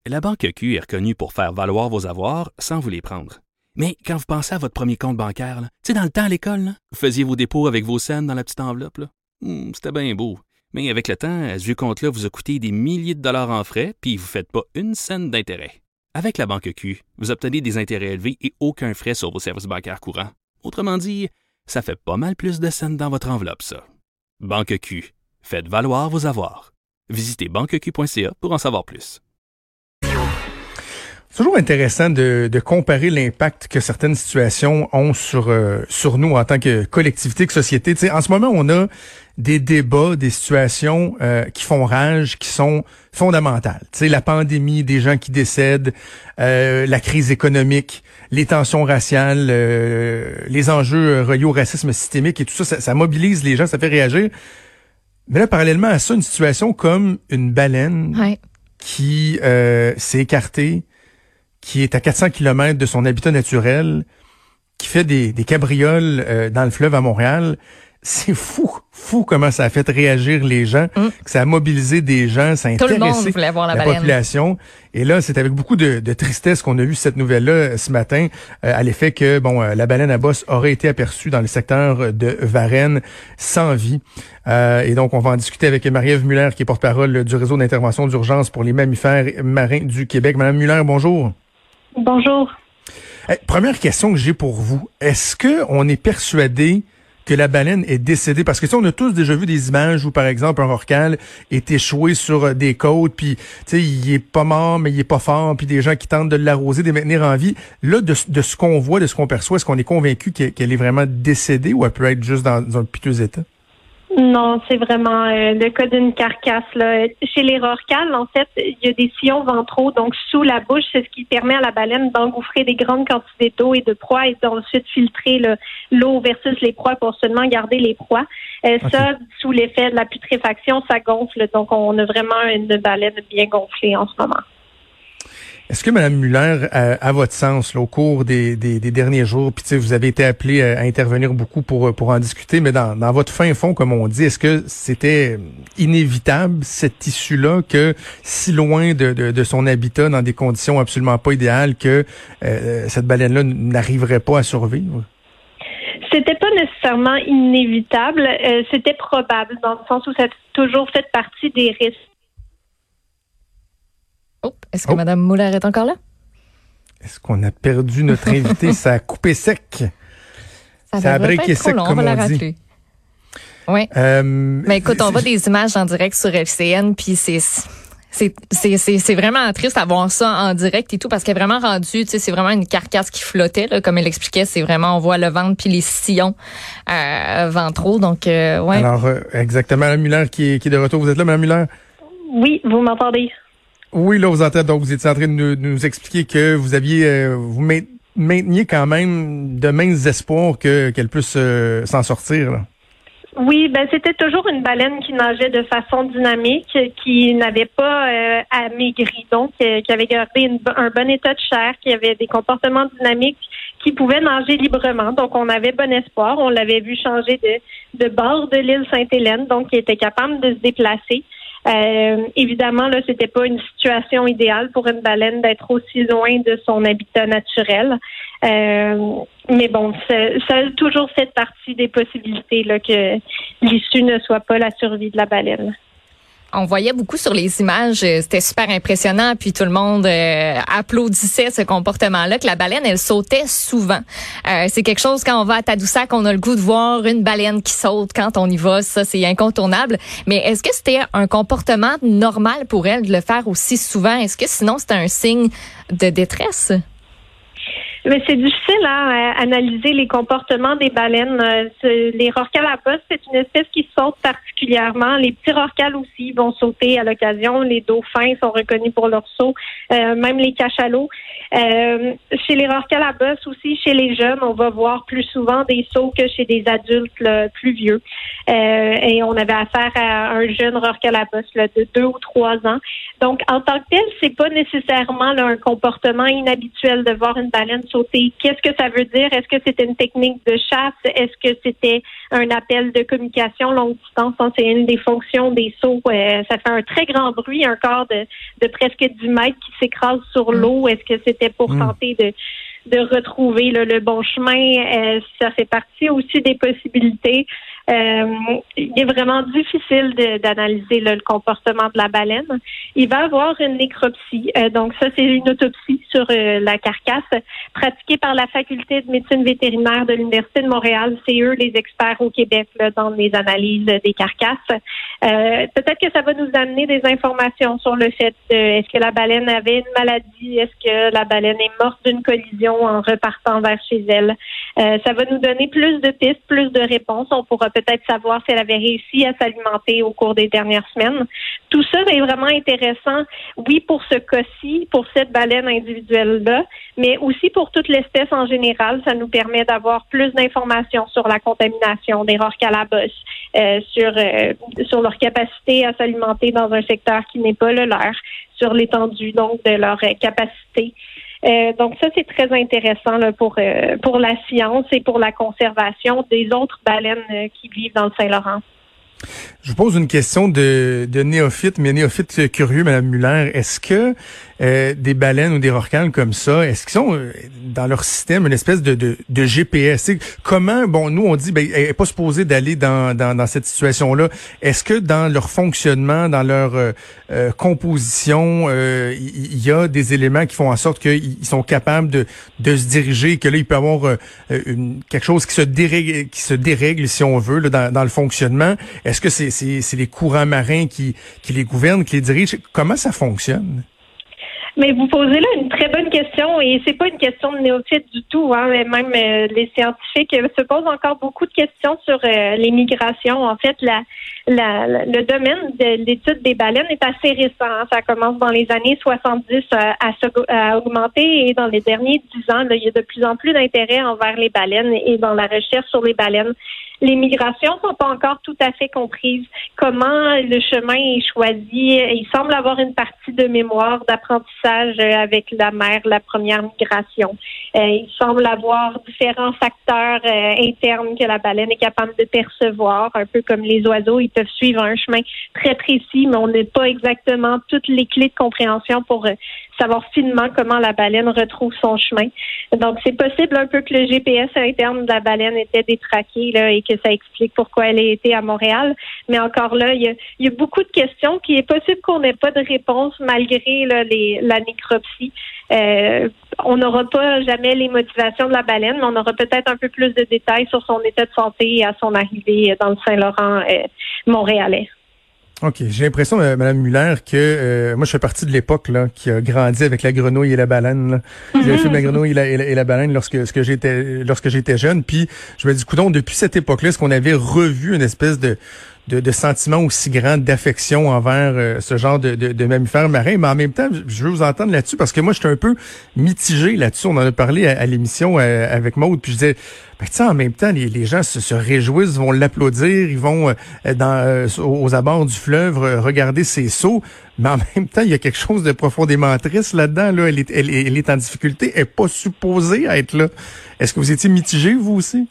La Banque Q est reconnue pour faire valoir vos avoirs sans vous les prendre. Mais quand vous pensez à votre premier compte bancaire, tu sais, dans le temps à l'école, là, vous faisiez vos dépôts avec vos scènes dans la petite enveloppe. Là. C'était bien beau. Mais avec le temps, ce vieux compte-là vous a coûté des milliers de dollars en frais, puis vous ne faites pas une scène d'intérêt. Avec la Banque Q, vous obtenez des intérêts élevés et aucun frais sur vos services bancaires courants. Autrement dit, ça fait pas mal plus de scènes dans votre enveloppe, ça. Banque Q. Faites valoir vos avoirs. Visitez banqueq.ca pour en savoir plus. C'est toujours intéressant de comparer l'impact que certaines situations ont sur nous en tant que collectivité, que société. Tu sais, en ce moment, on a des débats, des situations qui font rage, qui sont fondamentales. Tu sais, la pandémie, des gens qui décèdent, la crise économique, les tensions raciales, les enjeux reliés au racisme systémique et tout ça, ça mobilise les gens, ça fait réagir. Mais là, parallèlement à ça, une situation comme une baleine qui s'est écartée, qui est à 400 kilomètres de son habitat naturel, qui fait des cabrioles dans le fleuve à Montréal. C'est fou comment ça a fait réagir les gens, que ça a mobilisé des gens, ça a intéressé tout le monde voulait voir la population. Et là, c'est avec beaucoup de tristesse qu'on a vu cette nouvelle-là ce matin, à l'effet que la baleine à bosse aurait été aperçue dans le secteur de Varennes sans vie. Et donc, on va en discuter avec Marie-Ève Muller, qui est porte-parole du réseau d'intervention d'urgence pour les mammifères marins du Québec. Madame Muller, bonjour. Bonjour. Première question que j'ai pour vous. Est-ce que on est persuadé que la baleine est décédée? Parce que on a tous déjà vu des images où, par exemple, un rorqual est échoué sur des côtes, puis il est pas mort, mais il est pas fort, puis des gens qui tentent de l'arroser, de le maintenir en vie. Là, de ce qu'on voit, de ce qu'on perçoit, est-ce qu'on est convaincu qu'elle est vraiment décédée ou elle peut être juste dans un piteux état? Non, c'est vraiment le cas d'une carcasse. Là. Chez les rorquals, en fait, il y a des sillons ventraux, donc sous la bouche, c'est ce qui permet à la baleine d'engouffrer des grandes quantités d'eau et de proies et d'ensuite filtrer l'eau versus les proies pour seulement garder les proies. Ça, sous l'effet de la putréfaction, ça gonfle. Donc, on a vraiment une baleine bien gonflée en ce moment. Est-ce que, Mme Muller, à votre sens, là, au cours des derniers jours, puis vous avez été appelé à intervenir beaucoup pour en discuter, mais dans votre fin fond, comme on dit, est-ce que c'était inévitable, cette issue-là, que si loin de son habitat, dans des conditions absolument pas idéales, que cette baleine-là n'arriverait pas à survivre? C'était pas nécessairement inévitable, c'était probable, dans le sens où ça a toujours fait partie des risques. Est-ce que Mme Muller est encore là? Est-ce qu'on a perdu notre invité? Ça a coupé sec. Ça a breaké sec, comme on dit. Oui. Mais écoute, on voit des images en direct sur LCN, puis c'est vraiment triste à voir ça en direct et tout, parce qu'elle est vraiment rendue, c'est vraiment une carcasse qui flottait, là, comme elle expliquait, c'est vraiment, on voit le ventre puis les sillons ventraux, donc ouais. Alors, exactement, Mme Muller qui est de retour. Vous êtes là, Mme Muller? Oui, vous m'entendez? Oui, là, vous entendez, donc vous étiez en train de nous expliquer que vous aviez, vous mainteniez quand même de minces espoirs qu'elle puisse s'en sortir, là. Oui, c'était toujours une baleine qui nageait de façon dynamique, qui n'avait pas amaigri, donc qui avait gardé un bon état de chair, qui avait des comportements dynamiques, qui pouvait nager librement. Donc, on avait bon espoir. On l'avait vu changer de bord de l'île Sainte-Hélène, donc qui était capable de se déplacer. Évidemment, là, c'était pas une situation idéale pour une baleine d'être aussi loin de son habitat naturel. Mais bon, ça a toujours fait partie des possibilités là, que l'issue ne soit pas la survie de la baleine. On voyait beaucoup sur les images, c'était super impressionnant, puis tout le monde applaudissait ce comportement-là, que la baleine, elle sautait souvent. C'est quelque chose, quand on va à Tadoussac, on a le goût de voir une baleine qui saute quand on y va, ça c'est incontournable. Mais est-ce que c'était un comportement normal pour elle de le faire aussi souvent? Est-ce que sinon c'était un signe de détresse? Mais c'est difficile à analyser les comportements des baleines. Les rorquals à bosse, c'est une espèce qui saute particulièrement. Les petits rorquals aussi vont sauter à l'occasion. Les dauphins sont reconnus pour leur saut. Même les cachalots. Chez les rorquals à bosse aussi, chez les jeunes, on va voir plus souvent des sauts que chez des adultes là, plus vieux. Et on avait affaire à un jeune rorqual à bosse là, de 2 ou 3 ans. Donc, en tant que tel, c'est pas nécessairement là, un comportement inhabituel de voir une baleine sauter. Qu'est-ce que ça veut dire? Est-ce que c'était une technique de chasse? Est-ce que c'était un appel de communication longue distance? C'est une des fonctions des sauts. Ça fait un très grand bruit, un corps de presque 10 mètres qui s'écrase sur l'eau. Est-ce que c'était pour tenter de retrouver le bon chemin? Ça fait partie aussi des possibilités. Il est vraiment difficile d'analyser le comportement de la baleine. Il va avoir une nécropsie. Donc ça, c'est une autopsie sur la carcasse pratiquée par la Faculté de médecine vétérinaire de l'Université de Montréal. C'est eux les experts au Québec là, dans les analyses des carcasses. Peut-être que ça va nous amener des informations sur le fait est-ce que la baleine avait une maladie, est-ce que la baleine est morte d'une collision en repartant vers chez elle. Ça va nous donner plus de pistes, plus de réponses. On pourra peut-être savoir si elle avait réussi à s'alimenter au cours des dernières semaines. Tout ça est vraiment intéressant, oui, pour ce cas-ci, pour cette baleine individuelle-là, mais aussi pour toute l'espèce en général. Ça nous permet d'avoir plus d'informations sur la contamination des rorquals-à-bosse, sur leur capacité à s'alimenter dans un secteur qui n'est pas le leur, sur l'étendue donc de leur capacité. Donc ça, c'est très intéressant là, pour la science et pour la conservation des autres baleines qui vivent dans le Saint-Laurent. Je vous pose une question de néophyte, mais néophyte curieux, Mme Muller. Est-ce que des baleines ou des rorquals comme ça, est-ce qu'ils sont dans leur système une espèce de GPS? T'sais, comment, nous on dit, elle n'est pas supposée d'aller dans cette situation-là. Est-ce que dans leur fonctionnement, dans leur composition, il y a des éléments qui font en sorte qu'ils sont capables de se diriger, que là, il peut y avoir quelque chose qui se dérègle, si on veut, là, dans le fonctionnement? Est-ce que c'est les courants marins qui les gouvernent, qui les dirigent? Comment ça fonctionne? Mais vous posez là une très bonne question et c'est pas une question de néophyte du tout. Mais même les scientifiques se posent encore beaucoup de questions sur les migrations. En fait, le domaine de l'étude des baleines est assez récent. Ça commence dans les années 70 à augmenter et dans les derniers 10 ans, là, il y a de plus en plus d'intérêt envers les baleines et dans la recherche sur les baleines. Les migrations sont pas encore tout à fait comprises. Comment le chemin est choisi? Il semble avoir une partie de mémoire, d'apprentissage avec la mer, la première migration. Il semble avoir différents facteurs internes que la baleine est capable de percevoir, un peu comme les oiseaux. Ils peuvent suivre un chemin très précis, mais on n'a pas exactement toutes les clés de compréhension pour savoir finement comment la baleine retrouve son chemin. Donc, c'est possible un peu que le GPS interne de la baleine était détraqué là, et que ça explique pourquoi elle a été à Montréal. Mais encore là, il y a beaucoup de questions qui est possible qu'on n'ait pas de réponse malgré là, la nécropsie. On n'aura pas jamais les motivations de la baleine, mais on aura peut-être un peu plus de détails sur son état de santé et à son arrivée dans le Saint-Laurent montréalais. OK. J'ai l'impression, Mme Muller, que moi, je fais partie de l'époque là qui a grandi avec la grenouille et la baleine. Là. Le film La grenouille et la baleine lorsque j'étais jeune. Puis je me dis, coudonc, depuis cette époque-là, est-ce qu'on avait revu une espèce de sentiment aussi grand d'affection envers ce genre de mammifères marins? Mais en même temps, je veux vous entendre là-dessus parce que moi, j'étais un peu mitigé là-dessus. On en a parlé à l'émission avec Maude. Puis je disais, en même temps, les gens se réjouissent, vont l'applaudir, ils vont aux abords du fleuve regarder ses sauts. Mais en même temps, il y a quelque chose de profondément triste là-dedans. Là. Elle est en difficulté. Elle n'est pas supposée être là. Est-ce que vous étiez mitigé, vous aussi?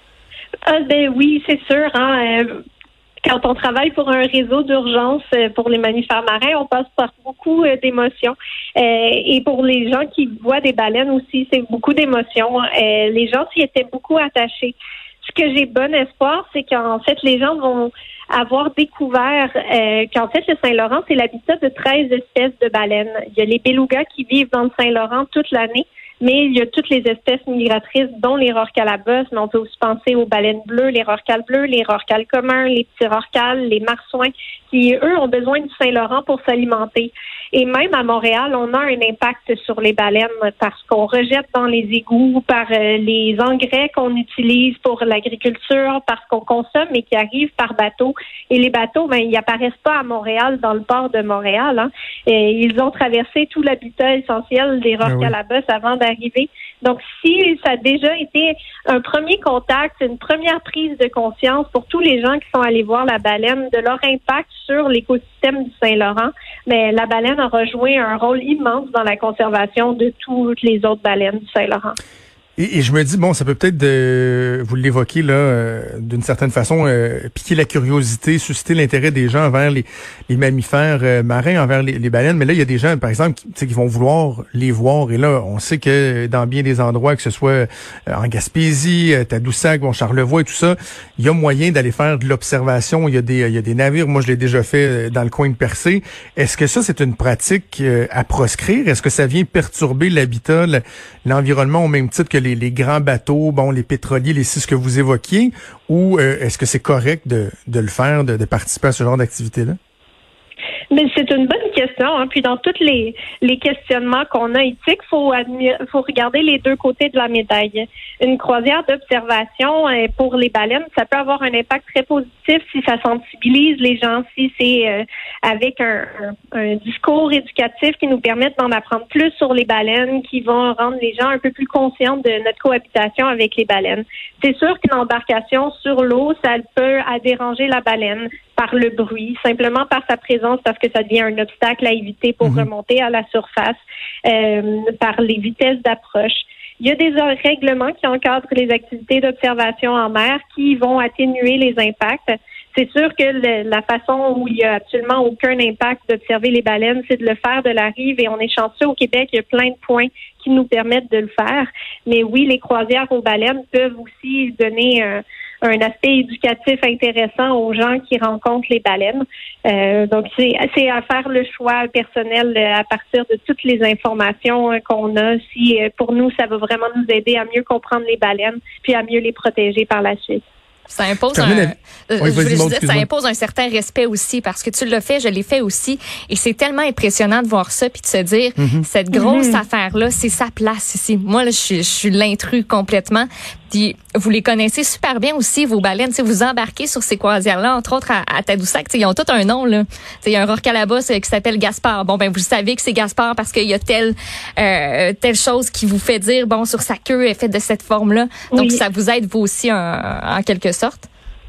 Oui, c'est sûr. Quand on travaille pour un réseau d'urgence pour les mammifères marins, on passe par beaucoup d'émotions. Et pour les gens qui voient des baleines aussi, c'est beaucoup d'émotions. Les gens s'y étaient beaucoup attachés. Ce que j'ai bon espoir, c'est qu'en fait, les gens vont avoir découvert qu'en fait, le Saint-Laurent, c'est l'habitat de 13 espèces de baleines. Il y a les belugas qui vivent dans le Saint-Laurent toute l'année. Mais il y a toutes les espèces migratrices, dont les rorquals-à-bosse, mais on peut aussi penser aux baleines bleues, les rorquals bleus, les rorquals communs, les petits rorquals, les marsouins, qui, eux, ont besoin du Saint-Laurent pour s'alimenter. Et même à Montréal, on a un impact sur les baleines parce qu'on rejette dans les égouts, par les engrais qu'on utilise pour l'agriculture, parce qu'on consomme et qui arrivent par bateau. Et les bateaux, ils apparaissent pas à Montréal, dans le port de Montréal. Et ils ont traversé tout l'habitat essentiel des rorquals-à-bosse avant d'arriver arriver. Donc, si ça a déjà été un premier contact, une première prise de conscience pour tous les gens qui sont allés voir la baleine, de leur impact sur l'écosystème du Saint-Laurent, mais la baleine aura joué un rôle immense dans la conservation de toutes les autres baleines du Saint-Laurent. Et je me dis, bon, ça peut peut-être, vous l'évoquez là, d'une certaine façon, piquer la curiosité, susciter l'intérêt des gens envers les mammifères marins, envers les baleines. Mais là, il y a des gens, par exemple, qui vont vouloir les voir. Et là, on sait que dans bien des endroits, que ce soit en Gaspésie, Tadoussac, Charlevoix et tout ça, il y a moyen d'aller faire de l'observation. Il y a des navires. Moi, je l'ai déjà fait dans le coin de Percé. Est-ce que ça, c'est une pratique à proscrire? Est-ce que ça vient perturber l'habitat, l'environnement au même titre que les grands bateaux, bon, les pétroliers, les ce que vous évoquiez, ou est-ce que c'est correct de le faire, de participer à ce genre d'activité-là? Mais c'est une bonne question. Hein. Puis dans tous les questionnements qu'on a éthiques, faut regarder les deux côtés de la médaille. Une croisière d'observation pour les baleines, ça peut avoir un impact très positif si ça sensibilise les gens, si c'est avec un discours éducatif qui nous permet d'en apprendre plus sur les baleines, qui vont rendre les gens un peu plus conscients de notre cohabitation avec les baleines. C'est sûr qu'une embarcation sur l'eau, ça peut déranger la baleine par le bruit, simplement par sa présence, parce que ça devient un obstacle à éviter pour remonter à la surface, par les vitesses d'approche. Il y a des règlements qui encadrent les activités d'observation en mer qui vont atténuer les impacts. C'est sûr que la façon où il n'y a absolument aucun impact d'observer les baleines, c'est de le faire de la rive, et on est chanceux au Québec, il y a plein de points qui nous permettent de le faire. Mais oui, les croisières aux baleines peuvent aussi donner un aspect éducatif intéressant aux gens qui rencontrent les baleines. Donc, c'est à faire le choix personnel à partir de toutes les informations qu'on a. Si pour nous, ça va vraiment nous aider à mieux comprendre les baleines, puis à mieux les protéger par la suite. Ça impose ça impose un certain respect aussi, parce que tu l'as fait, je l'ai fait aussi, et c'est tellement impressionnant de voir ça puis de se dire cette grosse affaire-là, c'est sa place ici. Moi, là, je suis l'intrus complètement. Puis vous les connaissez super bien aussi, vos baleines. T'sais, vous embarquez sur ces croisières-là, entre autres à Tadoussac. Ils ont tous un nom, là. Il y a un roc là-bas qui s'appelle Gaspard. Bon, ben vous savez que c'est Gaspard parce qu'il y a telle chose qui vous fait dire, bon, sur sa queue, elle est faite de cette forme-là. Donc, ça vous aide, vous aussi, en quelque sorte.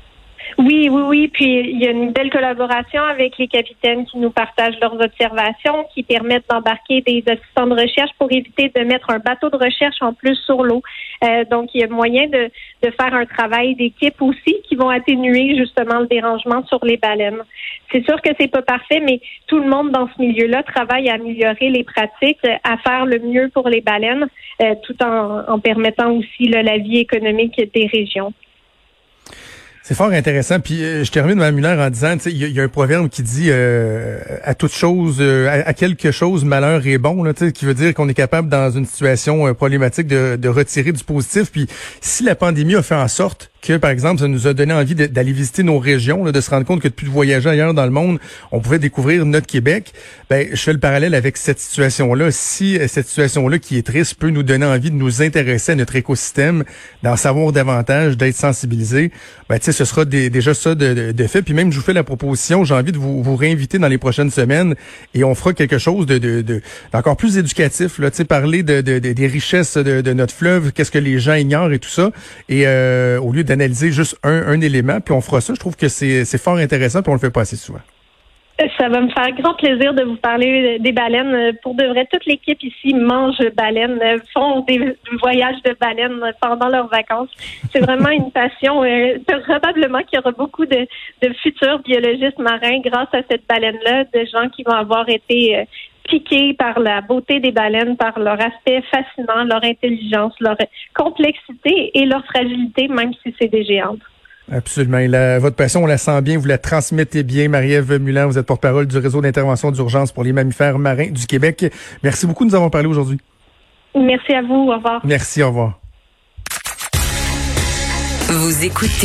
Oui. Puis il y a une belle collaboration avec les capitaines qui nous partagent leurs observations, qui permettent d'embarquer des assistants de recherche pour éviter de mettre un bateau de recherche en plus sur l'eau. Donc il y a moyen de faire un travail d'équipe aussi qui vont atténuer justement le dérangement sur les baleines. C'est sûr que c'est pas parfait, mais tout le monde dans ce milieu-là travaille à améliorer les pratiques, à faire le mieux pour les baleines, tout en permettant aussi la vie économique des régions. C'est fort intéressant. Puis je termine, Mme Muller, en disant, tu sais, il y a un proverbe qui dit à toute chose, à quelque chose, malheur est bon, là, tu sais, qui veut dire qu'on est capable, dans une situation problématique, de retirer du positif. Puis si la pandémie a fait en sorte que, par exemple, ça nous a donné envie d'aller visiter nos régions, là, de se rendre compte que depuis de voyager ailleurs dans le monde, on pouvait découvrir notre Québec. Ben, je fais le parallèle avec cette situation-là. Si cette situation-là, qui est triste, peut nous donner envie de nous intéresser à notre écosystème, d'en savoir davantage, d'être sensibilisés, ben, tu sais, ce sera déjà ça de fait. Puis même, je vous fais la proposition, j'ai envie de vous réinviter dans les prochaines semaines, et on fera quelque chose d'encore plus éducatif, là, tu sais, parler des richesses de notre fleuve, qu'est-ce que les gens ignorent et tout ça, et au lieu d'analyser juste un élément, puis on fera ça. Je trouve que c'est fort intéressant, puis on le fait pas assez souvent. Ça va me faire grand plaisir de vous parler des baleines. Pour de vrai, toute l'équipe ici mange baleines, font des voyages de baleines pendant leurs vacances. C'est vraiment une passion. Probablement qu'il y aura beaucoup de futurs biologistes marins grâce à cette baleine-là, de gens qui vont avoir été piqués par la beauté des baleines, par leur aspect fascinant, leur intelligence, leur complexité et leur fragilité, même si c'est des géantes. Absolument. Votre passion, on la sent bien, vous la transmettez bien. Marie-Ève Muller, vous êtes porte-parole du réseau d'intervention d'urgence pour les mammifères marins du Québec. Merci beaucoup de nous avoir parlé aujourd'hui. Merci à vous. Au revoir. Merci, au revoir. Vous écoutez